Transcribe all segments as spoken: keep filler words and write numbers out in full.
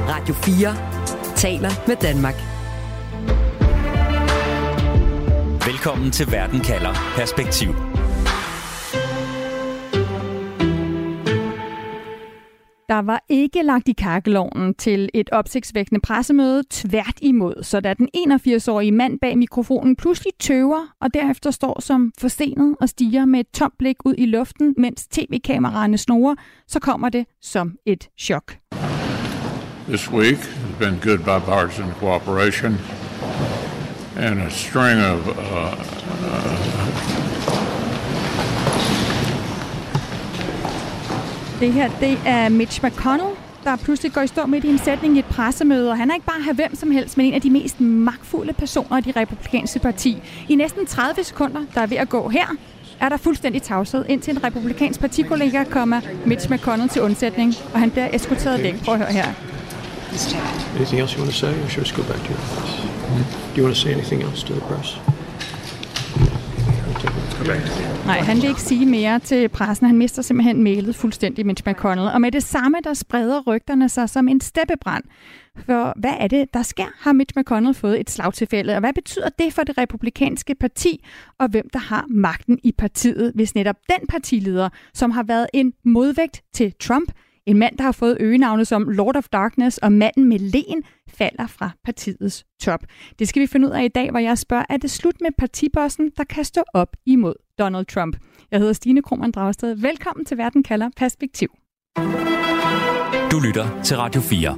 Radio fire taler med Danmark. Velkommen til Verden kalder Perspektiv. Der var ikke lagt i kakkelovnen til et opsigtsvækkende pressemøde, tvært imod, så da den enogfirs-årige mand bag mikrofonen pludselig tøver og derefter står som forstenet og stiger med et tomt blik ud i luften, mens tv-kameraerne snurrer, så kommer det som et chok. This week has been good bipartisan cooperation and a string of uh, uh, Det her, det er Mitch McConnell, der pludselig går i stå midt i en sætning i et pressemøde, og han er ikke bare her hvem som helst, men en af de mest magtfulde personer i det republikanske parti. I næsten tredive sekunder, der er ved at gå her, er der fuldstændig tavshed, indtil en republikansk partikollega kommer Mitch McConnell til undsætning, og han bliver eskorteret væk. Prøv at høre her. Anything else you want to say, or should we go back to your press? Do you want to say anything else to the press? Nej, han vil ikke sige mere til pressen. Han mister simpelthen mailet fuldstændig, Mitch McConnell. Og med det samme, der spreder rygterne sig som en steppebrand. For hvad er det, der sker? Har Mitch McConnell fået et slagtilfælde? Og hvad betyder det for det republikanske parti? Og hvem der har magten i partiet, hvis netop den partileder, som har været en modvægt til Trump, en mand, der har fået øgenavnet som Lord of Darkness og manden med len, falder fra partiets top. Det skal vi finde ud af i dag, hvor jeg spørger, er det slut med partibossen, der kan stå op imod Donald Trump? Jeg hedder Stine Krohmann Dragsted. Velkommen til Verden kalder Perspektiv. Du lytter til Radio fire.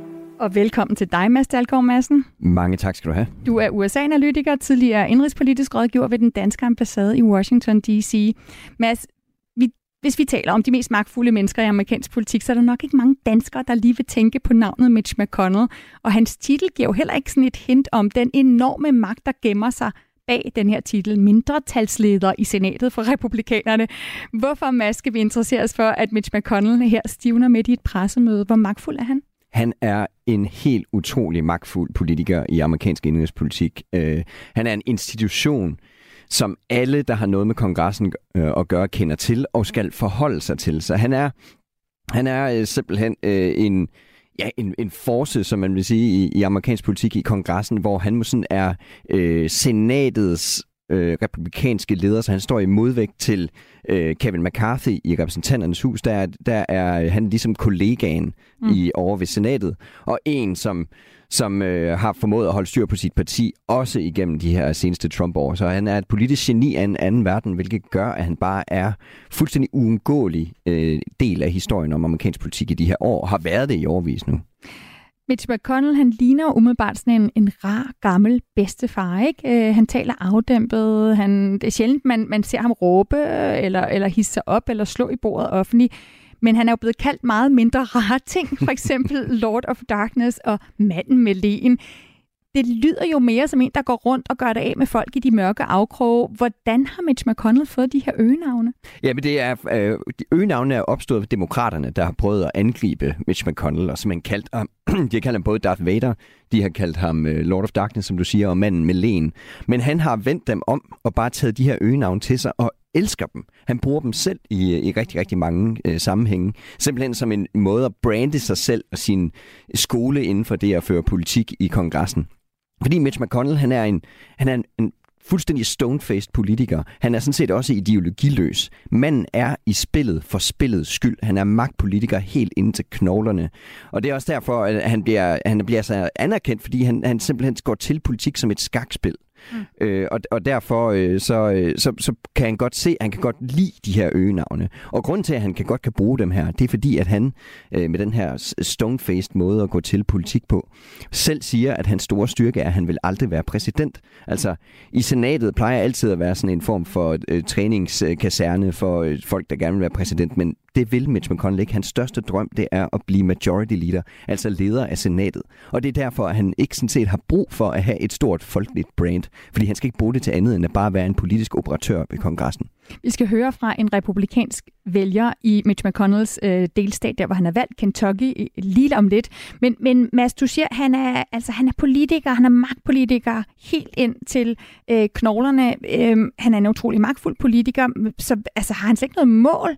Og velkommen til dig, Mads Dalgaard Madsen. Mange tak skal du have. Du er U S A-analytiker, tidligere indrigspolitisk rådgiver ved den danske ambassade i Washington D C. Mads, vi Hvis vi taler om de mest magtfulde mennesker i amerikansk politik, så er der nok ikke mange danskere, der lige vil tænke på navnet Mitch McConnell. Og hans titel giver jo heller ikke sådan et hint om den enorme magt, der gemmer sig bag den her titel. Mindretalsleder i senatet for republikanerne. Hvorfor, Mads, skal vi interessere os for, at Mitch McConnell her stivner midt i et pressemøde? Hvor magtfuld er han? Han er en helt utrolig magtfuld politiker i amerikansk indrigspolitik. Uh, han er en institution, som alle, der har noget med kongressen øh, at gøre, kender til og skal forholde sig til. Så han er, han er øh, simpelthen øh, en, ja, en, en force, som man vil sige, i, i amerikansk politik i kongressen, hvor han sådan er øh, senatets øh, republikanske leder, så han står i modvægt til øh, Kevin McCarthy i repræsentanternes hus. Der, der er han ligesom kollegaen mm. i over ved senatet, og en, som som øh, har formået at holde styr på sit parti, også igennem de her seneste Trump-år. Så han er et politisk geni af en anden verden, hvilket gør, at han bare er fuldstændig uundgåelig øh, del af historien om amerikansk politik i de her år, og har været det i årevis nu. Mitch McConnell, han ligner umiddelbart sådan en, en rar, gammel bedstefar, ikke? Øh, han taler afdæmpet, han, det er sjældent, man, man ser ham råbe, eller, eller hisse sig op, eller slå i bordet offentligt. Men han er jo blevet kaldt meget mindre rare ting, for eksempel Lord of Darkness og manden med len. Det lyder jo mere som en, der går rundt og gør det af med folk i de mørke afkroge. Hvordan har Mitch McConnell fået de her øgenavne? Ja, men det er øh, øgenavne er opstået ved demokraterne, der har prøvet at angribe Mitch McConnell, og som man kaldt ham, de har kaldt ham både Darth Vader, de har kaldt ham øh, Lord of Darkness, som du siger, og manden med len. Men han har vendt dem om og bare taget de her øgenavne til sig og elsker dem. Han bruger dem selv i, i rigtig, rigtig mange øh, sammenhænge. Simpelthen som en måde at brande sig selv og sin skole inden for det at føre politik i kongressen. Fordi Mitch McConnell, han er en, han er en, en fuldstændig stone-faced politiker. Han er sådan set også ideologiløs. Manden er i spillet for spillets skyld. Han er magtpolitiker helt ind til knoglerne. Og det er også derfor, at han bliver, han bliver så anerkendt, fordi han, han simpelthen går til politik som et skakspil. Mm. Øh, og, og derfor øh, så, øh, så, så kan han godt se, at han kan godt lide de her øgenavne. Og grunden til, at han kan godt kan bruge dem her, det er fordi, at han øh, med den her stone-faced måde at gå til politik på, selv siger, at hans store styrke er, at han vil aldrig være præsident. Altså, i senatet plejer altid at være sådan en form for øh, træningskaserne for øh, folk, der gerne vil være præsident, men det vil Mitch McConnell ikke. Hans største drøm, det er at blive majority leader, altså leder af senatet. Og det er derfor, at han ikke sådan set har brug for at have et stort folkeligt brand, fordi han skal ikke bruge det til andet end at bare være en politisk operatør ved kongressen. Vi skal høre fra en republikansk vælger i Mitch McConnells øh, delstat, der hvor han er valgt, Kentucky, lige om lidt. Men, men Mads, du siger, han er, altså, han er politiker, han er magtpolitiker helt ind til øh, knoglerne. Øh, han er en utrolig magtfuld politiker, så altså, har han slet ikke noget mål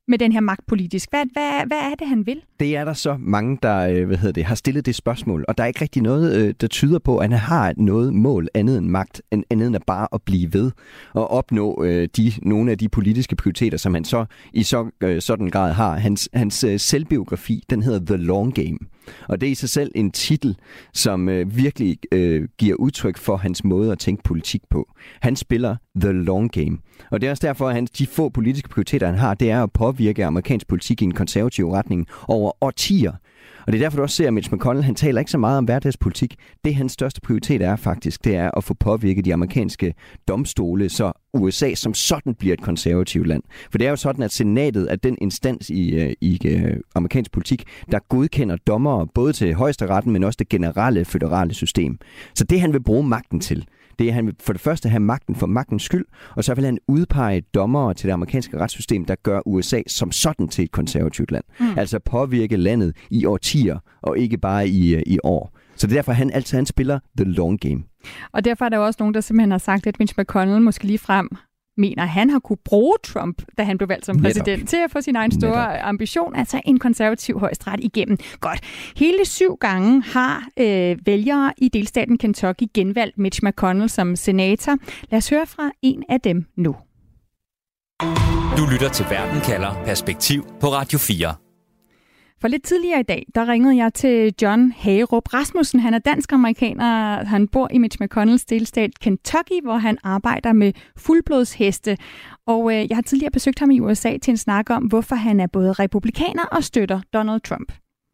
med den her magt politisk? Hvad, hvad, hvad er det, han vil? Det er der så mange, der hvad hedder det, har stillet det spørgsmål, og der er ikke rigtig noget, der tyder på, at han har noget mål andet end magt, andet end at bare at blive ved og opnå de, nogle af de politiske prioriteter, som han så i så, sådan grad har. Hans, hans selvbiografi, den hedder The Long Game, og det er i sig selv en titel, som virkelig øh, giver udtryk for hans måde at tænke politik på. Han spiller The Long Game, og det er også derfor, at han, de få politiske prioriteter, han har, det er at påvirke amerikansk politik i en konservativ retning over årtier. Og det er derfor, du også ser, at Mitch McConnell, han taler ikke så meget om hverdagspolitik. Det, hans største prioritet er faktisk, det er at få påvirket de amerikanske domstole, så U S A som sådan bliver et konservativt land. For det er jo sådan, at senatet er den instans i, i uh, amerikansk politik, der godkender dommere både til højesteretten, men også det generelle føderale system. Så det, han vil bruge magten til, det er, at han vil for det første have magten for magtens skyld, og så vil han udpege dommere til det amerikanske retssystem, der gør U S A som sådan til et konservativt land. Mm. Altså påvirke landet i årtier, og ikke bare i, i år. Så det er derfor, han altid han spiller the long game. Og derfor er der også nogen, der simpelthen har sagt, at Mitch McConnell måske lige frem mener, at han har kunne bruge Trump, da han blev valgt som præsident, Netop. til at få sin egen store Netop. ambition, altså en konservativ højesteret igennem. Godt. Hele syv gange har øh, vælgere i delstaten Kentucky genvalgt Mitch McConnell som senator. Lad os høre fra en af dem nu. Du lytter til Verden kalder Perspektiv på Radio fire. For lidt tidligere i dag, der ringede jeg til John Hagerup Rasmussen. Han er dansk-amerikaner. Han bor i Mitch McConnells delstat Kentucky, hvor han arbejder med fuldblodsheste. Og øh, jeg har tidligere besøgt ham i U S A til en snak om, hvorfor han er både republikaner og støtter Donald Trump.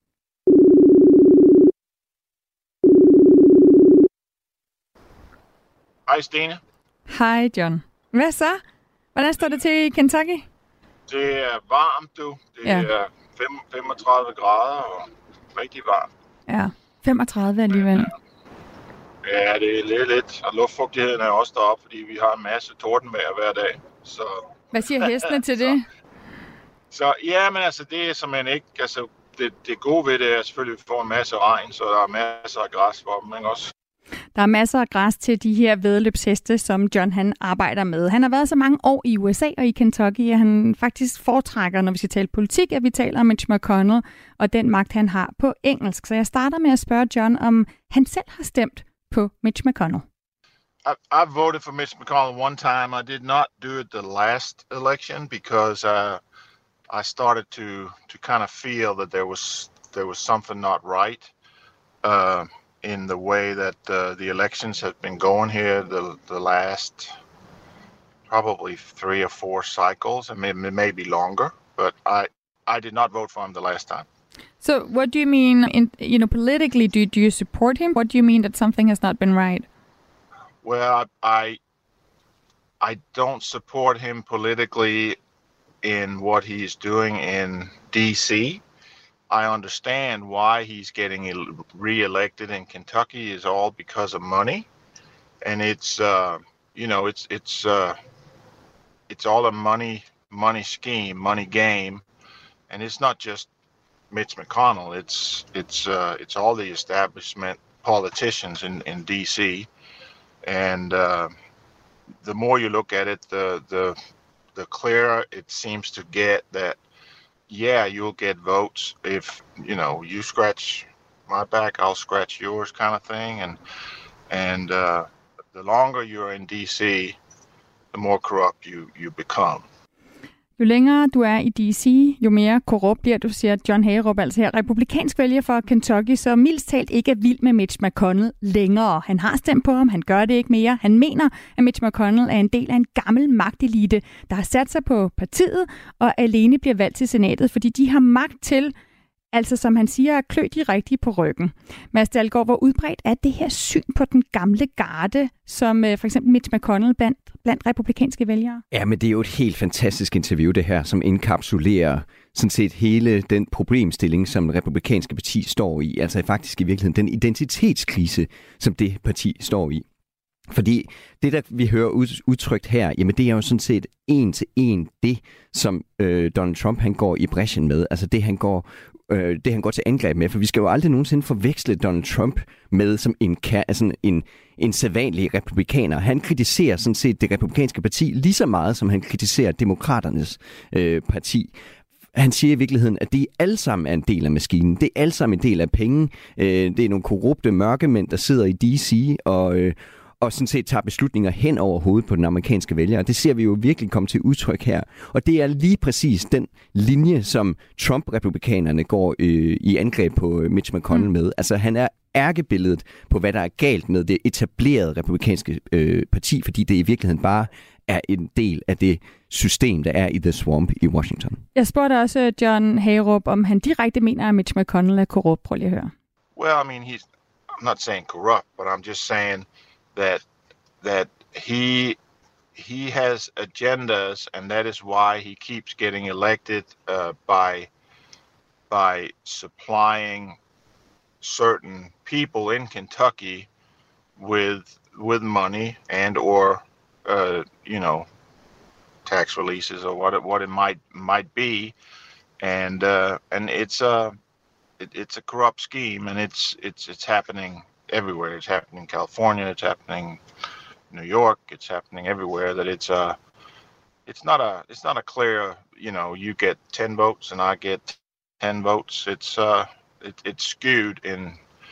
Hej Stine. Hej John. Hvad så? Hvordan står det til i Kentucky? Det er varmt, du. Det ja. er femogtredive grader og rigtig varmt. Ja, femogtredive alligevel. Ja, det er lidt lidt. Og luftfugtigheden er også deroppe, fordi vi har en masse tordenvejr hver dag. Så... Hvad siger hestene til det? så, så ja, men altså det er simpelthen ikke... Altså, det, det gode ved det er selvfølgelig, at vi får en masse regn, så der er masser af græs for dem, ikke også? Der er masser af græs til de her væddeløbsheste, som John han arbejder med. Han har været så mange år i U S A og i Kentucky, at han faktisk foretrækker, når vi skal tale politik, at vi taler om Mitch McConnell og den magt, han har på engelsk. Så jeg starter med at spørge John, om han selv har stemt på Mitch McConnell. I, I voted for Mitch McConnell one time. I did not do it the last election because uh, I started to to kind of feel that there was there was something not right. Uh, in the way that uh, the elections have been going here the the last probably three or four cycles, and maybe, maybe longer, but I I did not vote for him the last time. So what do you mean, in, you know, politically, do, do you support him? What do you mean that something has not been right? Well, I I don't support him politically in what he's doing in D C I understand why he's getting re-elected in Kentucky is all because of money, and it's uh, you know it's it's uh, it's all a money money scheme, money game, and it's not just Mitch McConnell. It's it's uh, it's all the establishment politicians in, in D C, and uh, the more you look at it, the the the clearer it seems to get that. Yeah, you'll get votes if, you know, you scratch my back, I'll scratch yours kind of thing. And and uh, the longer you're in D C, the more corrupt you, you become. Jo længere du er i D C, jo mere korrupt bliver du, siger John Hagerup, altså her republikansk vælger for Kentucky, så mildest talt ikke er vild med Mitch McConnell længere. Han har stemt på ham, han gør det ikke mere. Han mener, at Mitch McConnell er en del af en gammel magtelite, der har sat sig på partiet og alene bliver valgt til senatet, fordi de har magt til, altså som han siger, at klø de rigtige på ryggen. Mads Dalgaard, hvor udbredt er det her syn på den gamle garde, som for eksempel Mitch McConnell blandt, blandt republikanske vælgere? Ja, men det er jo et helt fantastisk interview, det her, som inkapsulerer sådan set hele den problemstilling, som det republikanske parti står i. Altså faktisk i virkeligheden den identitetskrise, som det parti står i. Fordi det, der vi hører udtrykt her, jamen det er jo sådan set en til en det, som øh, Donald Trump han går i brechen med. Altså det han går øh, det han går til angreb med, for vi skal jo aldrig nogensinde forveksle Donald Trump med som en altså en en sædvanlig republikaner. Han kritiserer sådan set det republikanske parti lige så meget, som han kritiserer demokraternes øh, parti. Han siger i virkeligheden, at de alle sammen er en del af maskinen. Det er alle sammen en del af penge. Det er nogle korrupte mørkemænd, der sidder i D C og, og sådan set tager beslutninger hen over hovedet på den amerikanske vælger. Det ser vi jo virkelig komme til udtryk her. Og det er lige præcis den linje, som Trump-republikanerne går øh, i angreb på Mitch McConnell med. Altså han er ærkebilledet på, hvad der er galt med det etablerede republikanske øh, parti, fordi det i virkeligheden bare er en del af det system, der er i The Swamp i Washington. Jeg spurgte også John Hagerup, om han direkte mener, at Mitch McConnell er korrupt. Prøv lige at høre. Well, I mean, he's I'm not saying corrupt, but I'm just saying that that he he has agendas, and that is why he keeps getting elected uh, by by supplying certain people in Kentucky with with money and or uh, you know tax releases or what it, what it might might be, and uh, and it's a it, it's a corrupt scheme, and it's it's it's happening everywhere. It's happening in California. It's happening in New York. It's happening everywhere. That it's a it's not a it's not a clear, you know, you get ten votes and I get ten votes. It's uh it, it's skewed in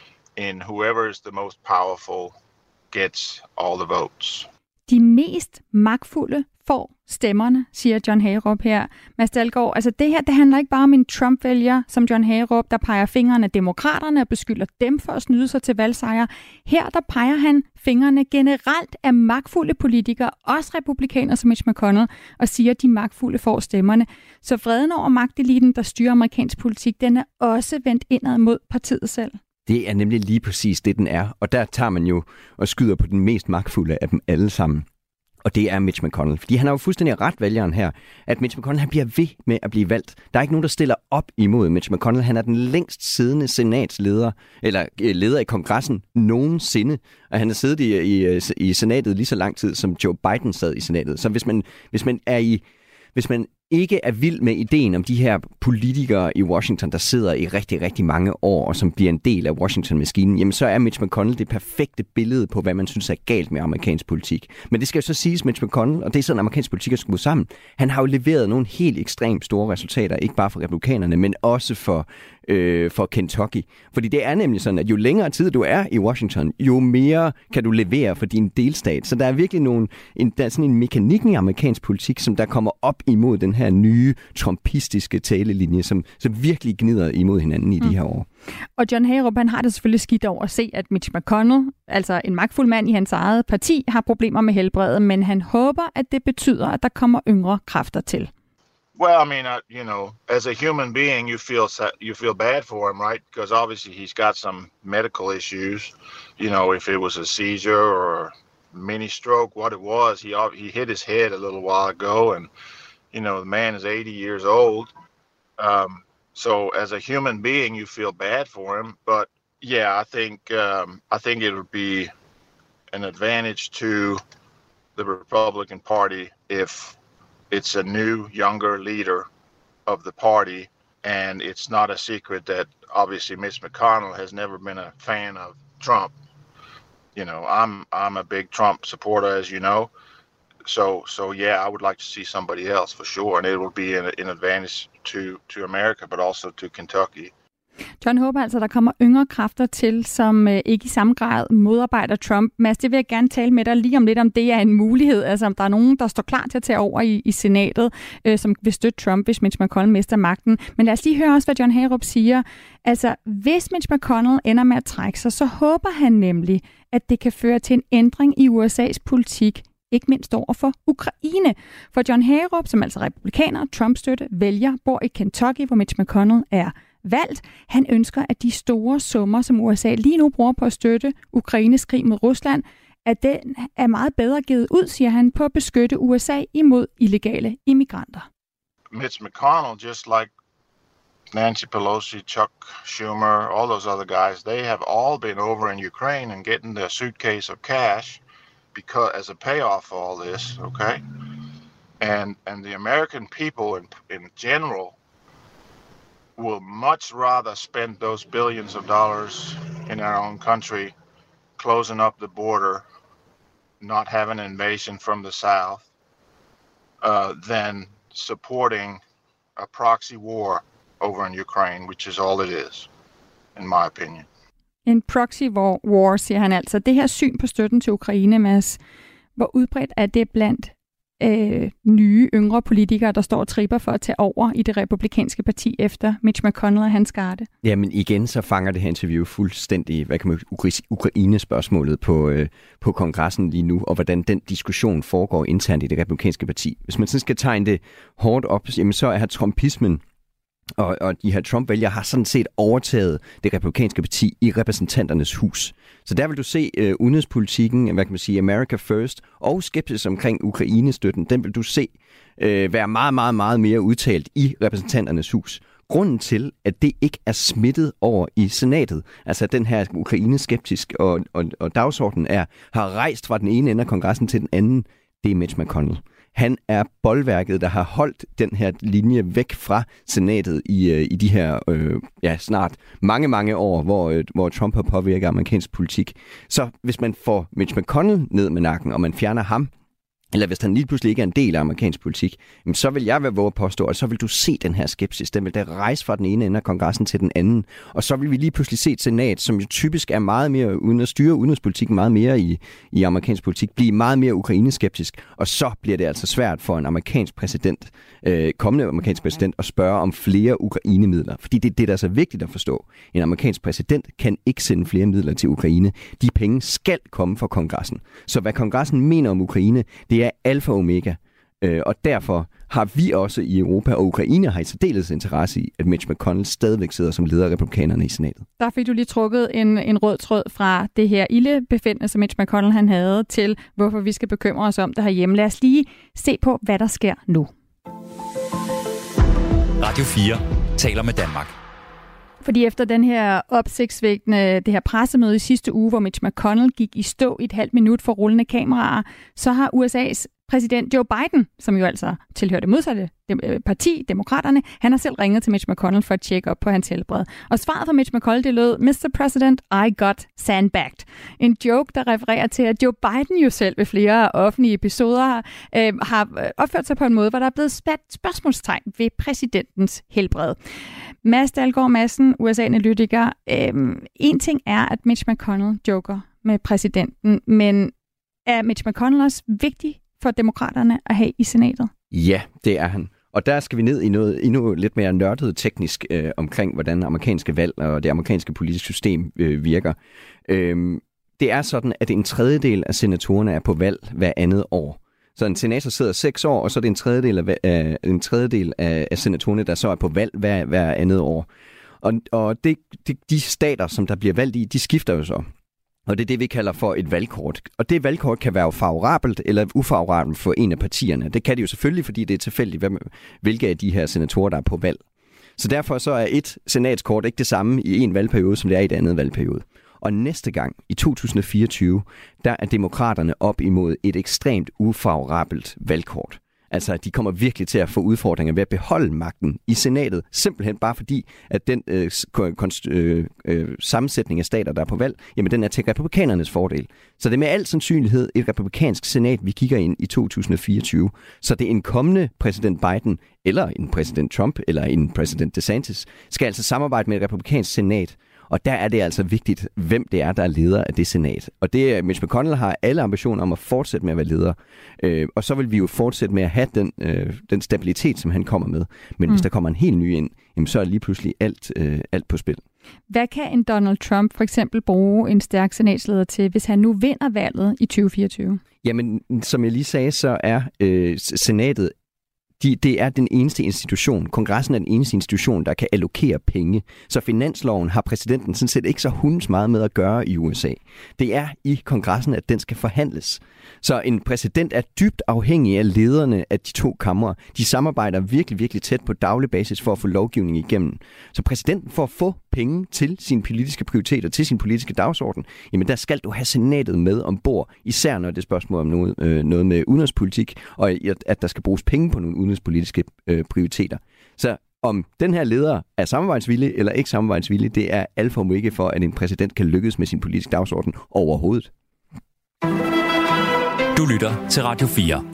in whoever is the most powerful gets all the votes. De mest magtfulde får stemmerne, siger John Hagerup her. Mads Dalgaard, altså det her, det handler ikke bare om en Trump-vælger, som John Hagerup, der peger fingrene af demokraterne og beskylder dem for at snyde sig til valgsejre. Her, der peger han fingrene generelt af magtfulde politikere, også republikanere som Mitch McConnell, og siger, at de magtfulde får stemmerne. Så vreden over magteliten, der styrer amerikansk politik, den er også vendt indad mod partiet selv. Det er nemlig lige præcis det, den er. Og der tager man jo og skyder på den mest magtfulde af dem alle sammen. Og det er Mitch McConnell. Fordi han har jo fuldstændig ret, vælgeren her, at Mitch McConnell han bliver ved med at blive valgt. Der er ikke nogen, der stiller op imod Mitch McConnell. Han er den længst siddende senatsleder, eller leder i kongressen nogensinde. Og han har siddet i, i, i senatet lige så lang tid, som Joe Biden sad i senatet. Så hvis man, hvis man er i... Hvis man ikke er vild med ideen om de her politikere i Washington, der sidder i rigtig, rigtig mange år, og som bliver en del af Washington-maskinen, jamen så er Mitch McConnell det perfekte billede på, hvad man synes er galt med amerikansk politik. Men det skal jo så siges, Mitch McConnell, og det er sådan, amerikansk politik er skruet sammen, han har jo leveret nogle helt ekstremt store resultater, ikke bare for republikanerne, men også for, øh, for Kentucky. Fordi det er nemlig sådan, at jo længere tid du er i Washington, jo mere kan du levere for din delstat. Så der er virkelig nogle, en, der er sådan en mekanik i amerikansk politik, som der kommer op imod den her nye trumpistiske talelinje, som, som virkelig gnider imod hinanden i mm. de her år. Og John Hagerup, han har det selvfølgelig skidt over at se, at Mitch McConnell, altså en magtfuld mand i hans eget parti, har problemer med helbredet, men han håber, at det betyder, at der kommer yngre kræfter til. Well, I mean, uh, you know, as a human being, you feel you feel bad for him, right? Because obviously he's got some medical issues. You know, if it was a seizure or mini stroke, what it was, he he hit his head a little while ago, and you know, the man is eighty years old. Um, so as a human being, you feel bad for him. But yeah, I think um, I think it would be an advantage to the Republican Party if it's a new, younger leader of the party. And it's not a secret that obviously Mitch McConnell has never been a fan of Trump. You know, I'm I'm a big Trump supporter, as you know. So, so yeah, I would like to see somebody else for sure, and it will be an, an advantage to, to America, but also to Kentucky. John håber altså, der kommer yngre kræfter til, som øh, ikke i samme grad modarbejder Trump. Mads, det vil jeg gerne tale med dig lige om lidt, om det er en mulighed. Altså, om der er nogen, der står klar til at tage over i, i senatet, øh, som vil støtte Trump, hvis Mitch McConnell mister magten. Men lad os lige høre også, hvad John Hagerup siger. Altså, hvis Mitch McConnell ender med at trække sig, så håber han nemlig, at det kan føre til en ændring i U S A's politik, ikke mindst over for Ukraine. For John Hagerup, som altså republikaner, Trump-støtte, vælger, bor i Kentucky, hvor Mitch McConnell er valgt. Han ønsker, at de store summer, som U S A lige nu bruger på at støtte Ukraines krig mod Rusland, at den er meget bedre givet ud, siger han, på at beskytte U S A imod illegale immigranter. Mitch McConnell, just like Nancy Pelosi, Chuck Schumer, all those other guys, they have all been over in Ukraine and getting their suitcase of cash because as a payoff for all this, okay? And and the American people in in general will much rather spend those billions of dollars in our own country, closing up the border, not having an invasion from the south, uh, than supporting a proxy war over in Ukraine, which is all it is, in my opinion. En proxy war, siger han altså. Det her syn på støtten til Ukraine, Mads, hvor udbredt er det blandt øh, nye, yngre politikere, der står og tripper for at tage over i det republikanske parti efter Mitch McConnell og hans garde? Jamen igen, så fanger det her interview fuldstændig, hvad kan man Ukraine-spørgsmålet på, øh, på kongressen lige nu, og hvordan den diskussion foregår internt i det republikanske parti. Hvis man sådan skal tegne det hårdt op, jamen så er trumpismen Og, og de her Trump-vælgere har sådan set overtaget det republikanske parti i repræsentanternes hus. Så der vil du se øh, udenrigspolitikken, hvad kan man sige, America First, og skepsis omkring Ukraine-støtten, den vil du se øh, være meget, meget, meget mere udtalt i repræsentanternes hus. Grunden til, at det ikke er smittet over i senatet, altså den her Ukraine-skeptisk og, og, og dagsordenen er, har rejst fra den ene ende af kongressen til den anden, det er Mitch McConnell. Han er boldværket, der har holdt den her linje væk fra senatet i, i de her øh, ja, snart mange, mange år, hvor, øh, hvor Trump har påvirket amerikansk politik. Så hvis man får Mitch McConnell ned med nakken, og man fjerner ham, eller hvis han lige pludselig ikke er en del af amerikansk politik, så vil jeg være våge at påstå, at så vil du se den her skepsis. Den vil der rejse fra den ene ende af kongressen til den anden. Og så vil vi lige pludselig se et senat, som jo typisk er meget mere, uden at styre udenrigspolitikken meget mere i, i amerikansk politik, blive meget mere ukraineskeptisk. Og så bliver det altså svært for en amerikansk præsident, øh, kommende amerikansk præsident, at spørge om flere Ukraine-midler. Fordi det er det, der er så vigtigt at forstå. En amerikansk præsident kan ikke sende flere midler til Ukraine. De penge skal komme fra kongressen. Så hvad kongressen mener om Ukraine, det er alfa og omega, øh, og derfor har vi også i Europa, og Ukraine har i særdeles interesse i, at Mitch McConnell stadigvæk sidder som leder af republikanerne i senatet. Der fik du lige trukket en, en rød tråd fra det her ildebefindende, som Mitch McConnell han havde, til hvorfor vi skal bekymre os om det herhjemme. Lad os lige se på, hvad der sker nu. Radio fire taler med Danmark. Fordi efter den her opsigtsvækkende, det her pressemøde i sidste uge, hvor Mitch McConnell gik i stå i et halvt minut for rullende kameraer, så har U S A's præsident Joe Biden, som jo altså tilhører det modsatte parti, demokraterne, han har selv ringet til Mitch McConnell for at tjekke op på hans helbred. Og svaret fra Mitch McConnell, det lød, mister President, I got sandbagged. En joke, der refererer til, at Joe Biden jo selv ved flere offentlige episoder øh, har opført sig på en måde, hvor der er blevet spat spørgsmålstegn ved præsidentens helbred. Mads Dalgaard Madsen, U S A-analytiker. Øh, en ting er, at Mitch McConnell joker med præsidenten, men er Mitch McConnell også vigtig for demokraterne at have i senatet? Ja, det er han. Og der skal vi ned i noget endnu lidt mere nørdet teknisk øh, omkring, hvordan amerikanske valg og det amerikanske politiske system øh, virker. Øh, det er sådan, at en tredjedel af senatorerne er på valg hver andet år. Så en senator sidder seks år, og så er det en tredjedel af, af, en tredjedel af, af senatorerne, der så er på valg hver, hver andet år. Og, og det, det, de stater, som der bliver valgt i, de skifter jo så. Og det er det, vi kalder for et valgkort. Og det valgkort kan være favorabelt eller ufavorabelt for en af partierne. Det kan det jo selvfølgelig, fordi det er tilfældigt, hvilke af de her senatorer, der er på valg. Så derfor så er et senatskort ikke det samme i en valgperiode, som det er i et andet valgperiode. Og næste gang, i to tusind og fireogtyve, der er demokraterne op imod et ekstremt ufavorabelt valgkort. Altså, de kommer virkelig til at få udfordringer ved at beholde magten i senatet, simpelthen bare fordi, at den øh, konst, øh, øh, sammensætning af stater, der er på valg, jamen den er til republikanernes fordel. Så det er med al sandsynlighed et republikansk senat, vi kigger ind i to tusind og fireogtyve. Så det er en kommende præsident Biden, eller en præsident Trump, eller en præsident DeSantis, skal altså samarbejde med et republikansk senat. Og der er det altså vigtigt, hvem det er, der er leder af det senat. Og det er, Mitch McConnell har alle ambitioner om at fortsætte med at være leder. Øh, og så vil vi jo fortsætte med at have den, øh, den stabilitet, som han kommer med. Men mm. hvis der kommer en helt ny ind, jamen, så er lige pludselig alt, øh, alt på spil. Hvad kan en Donald Trump for eksempel bruge en stærk senatsleder til, hvis han nu vinder valget i tyve fireogtyve? Jamen, som jeg lige sagde, så er øh, senatet De, det er den eneste institution, kongressen er den eneste institution, der kan allokere penge. Så finansloven har præsidenten sådan set ikke så hunds meget med at gøre i U S A. Det er i kongressen, at den skal forhandles. Så en præsident er dybt afhængig af lederne af de to kamre. De samarbejder virkelig, virkelig tæt på daglig basis for at få lovgivning igennem. Så præsidenten for at få penge til sine politiske prioriteter, til sin politiske dagsorden, jamen der skal du have senatet med ombord, især når det er spørgsmål om noget, øh, noget med udenrigspolitik, og at der skal bruges penge på nogle udenrigspolitiske øh, prioriteter. Så om den her leder er samarbejdsvillig eller ikke samarbejdsvillig, det er alfa og omega for, at en præsident kan lykkes med sin politiske dagsorden overhovedet. Du lytter til Radio fire.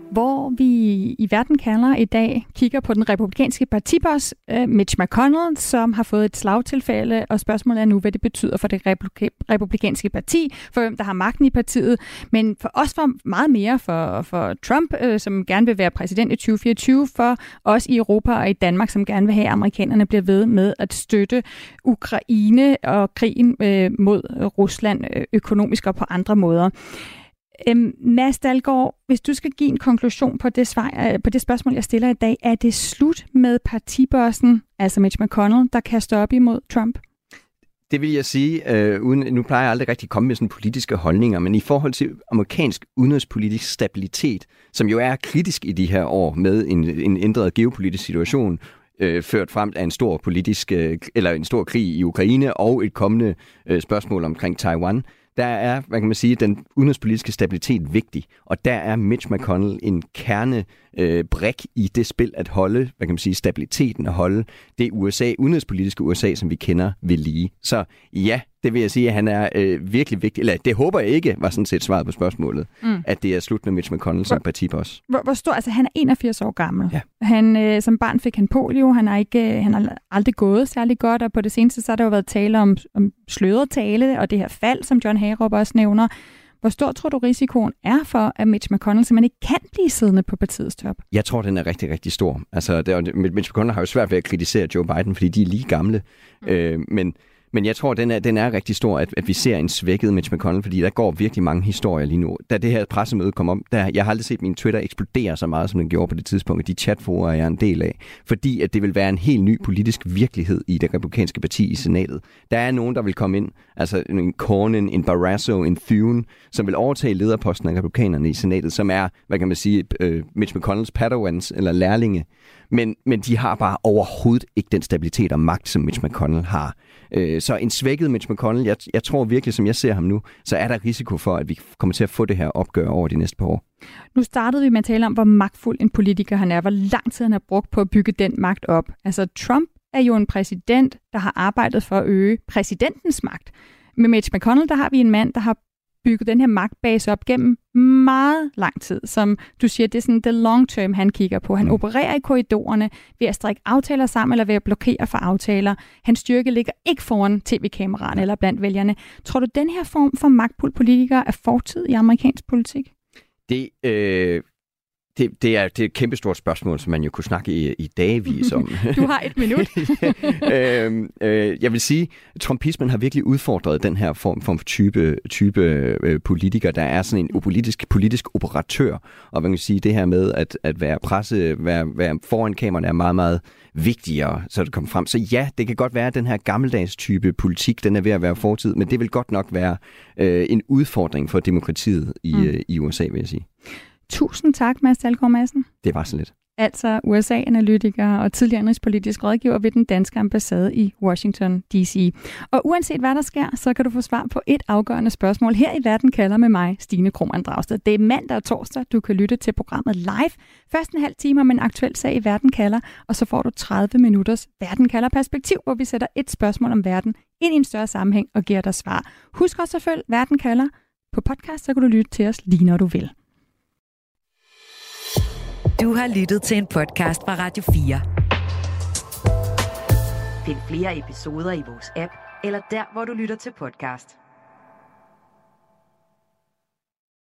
hvor vi i Verden kalder i dag kigger på den republikanske partiboss Mitch McConnell, som har fået et slagtilfælde, og spørgsmålet er nu, hvad det betyder for det republikanske parti, for hvem der har magten i partiet, men for os for meget mere for, for Trump, som gerne vil være præsident i tyve fireogtyve, for os i Europa og i Danmark, som gerne vil have, at amerikanerne bliver ved med at støtte Ukraine og krigen øh, mod Rusland økonomisk og på andre måder. Øhm, Mads Dalgaard, hvis du skal give en konklusion på det, svar, på det spørgsmål, jeg stiller i dag, er det slut med partibossen, altså Mitch McConnell, der kaster op imod Trump? Det vil jeg sige, øh, uden, nu plejer jeg aldrig rigtig at komme med sådan politiske holdninger, men i forhold til amerikansk udenrigspolitisk stabilitet, som jo er kritisk i de her år med en, en ændret geopolitisk situation, øh, ført frem af en stor politisk, øh, eller en stor krig i Ukraine og et kommende øh, spørgsmål omkring Taiwan, der er, hvad kan man sige, den udenrigspolitiske stabilitet vigtig, og der er Mitch McConnell en kerne øh, brik i det spil at holde, hvad kan man sige, stabiliteten og holde det U S A, udenrigspolitiske U S A, som vi kender ved lige. Så ja, det vil jeg sige, at han er øh, virkelig vigtig, eller det håber jeg ikke, var sådan set svaret på spørgsmålet, mm. at det er slut med Mitch McConnell som partiboss. Hvor, hvor stor, altså han er enogfirs år gammel. Ja. Han, øh, som barn fik han polio, han har, ikke, han har aldrig gået særlig godt, og på det seneste så har der jo været tale om, om sløret tale, og det her fald, som John Hagerup også nævner. Hvor stor tror du risikoen er for, at Mitch McConnell simpelthen ikke kan blive siddende på partiets top? Jeg tror, den er rigtig, rigtig stor. Altså, det, Mitch McConnell har jo svært ved at kritisere Joe Biden, fordi de er lige gamle, mm. øh, men Men jeg tror, den er, den er rigtig stor, at, at vi ser en svækket Mitch McConnell, fordi der går virkelig mange historier lige nu. Da det her pressemøde kom om, der, jeg har aldrig set min Twitter eksplodere så meget, som den gjorde på det tidspunkt, de chatforer, jeg er en del af. Fordi at det vil være en helt ny politisk virkelighed i det republikanske parti i senatet. Der er nogen, der vil komme ind, altså en Cornyn, en Barrasso, en Thune, som vil overtage lederposten af republikanerne i senatet, som er, hvad kan man sige, uh, Mitch McConnells padawans eller lærlinge. Men, men de har bare overhovedet ikke den stabilitet og magt, som Mitch McConnell har. Så en svækket Mitch McConnell, jeg, jeg tror virkelig, som jeg ser ham nu, så er der risiko for, at vi kommer til at få det her opgør over de næste par år. Nu startede vi med at tale om, hvor magtfuld en politiker han er, hvor lang tid han har brugt på at bygge den magt op. Altså Trump er jo en præsident, der har arbejdet for at øge præsidentens magt. Med Mitch McConnell, der har vi en mand, der har bygget den her magtbase op gennem meget lang tid. Som du siger, det er sådan det long term, han kigger på. Han mm. opererer i korridorerne ved at strikke aftaler sammen eller ved at blokere for aftaler. Hans styrke ligger ikke foran tv-kameraerne eller blandt vælgerne. Tror du, den her form for magtfuld politikere er fortid i amerikansk politik? Det, øh, det, det, er, det er et kæmpestort spørgsmål, som man jo kunne snakke i, i dagevis om. Du har et minut. øh, øh, jeg vil sige, at trumpismen har virkelig udfordret den her form, form for type, type øh, politiker, der er sådan en politisk, politisk operatør. Og man kan sige, det her med at, at være presse, være, være foran kameraerne er meget, meget vigtigere, så det kommer frem. Så ja, det kan godt være, at den her gammeldags type politik, den er ved at være fortid, men det vil godt nok være øh, en udfordring for demokratiet i, mm. øh, i U S A, vil jeg sige. Tusind tak, Mads Dalgaard Madsen. Det var så lidt. Altså U S A-analytiker og tidligere indrigspolitisk rådgiver ved den danske ambassade i Washington D C. Og uanset hvad der sker, så kan du få svar på et afgørende spørgsmål her i Verden kalder med mig, Stine Krohmann Dragsted. Det er mandag og torsdag, du kan lytte til programmet live. Først en halv time om en aktuel sag i Verden kalder, og så får du tredive minutters Verden kalder perspektiv, hvor vi sætter et spørgsmål om verden ind i en større sammenhæng og giver dig svar. Husk også at følge Verden kalder på podcast, så kan du lytte til os lige når du vil. Du har lyttet til en podcast fra Radio fire. Find flere episoder i vores app, eller der, hvor du lytter til podcast.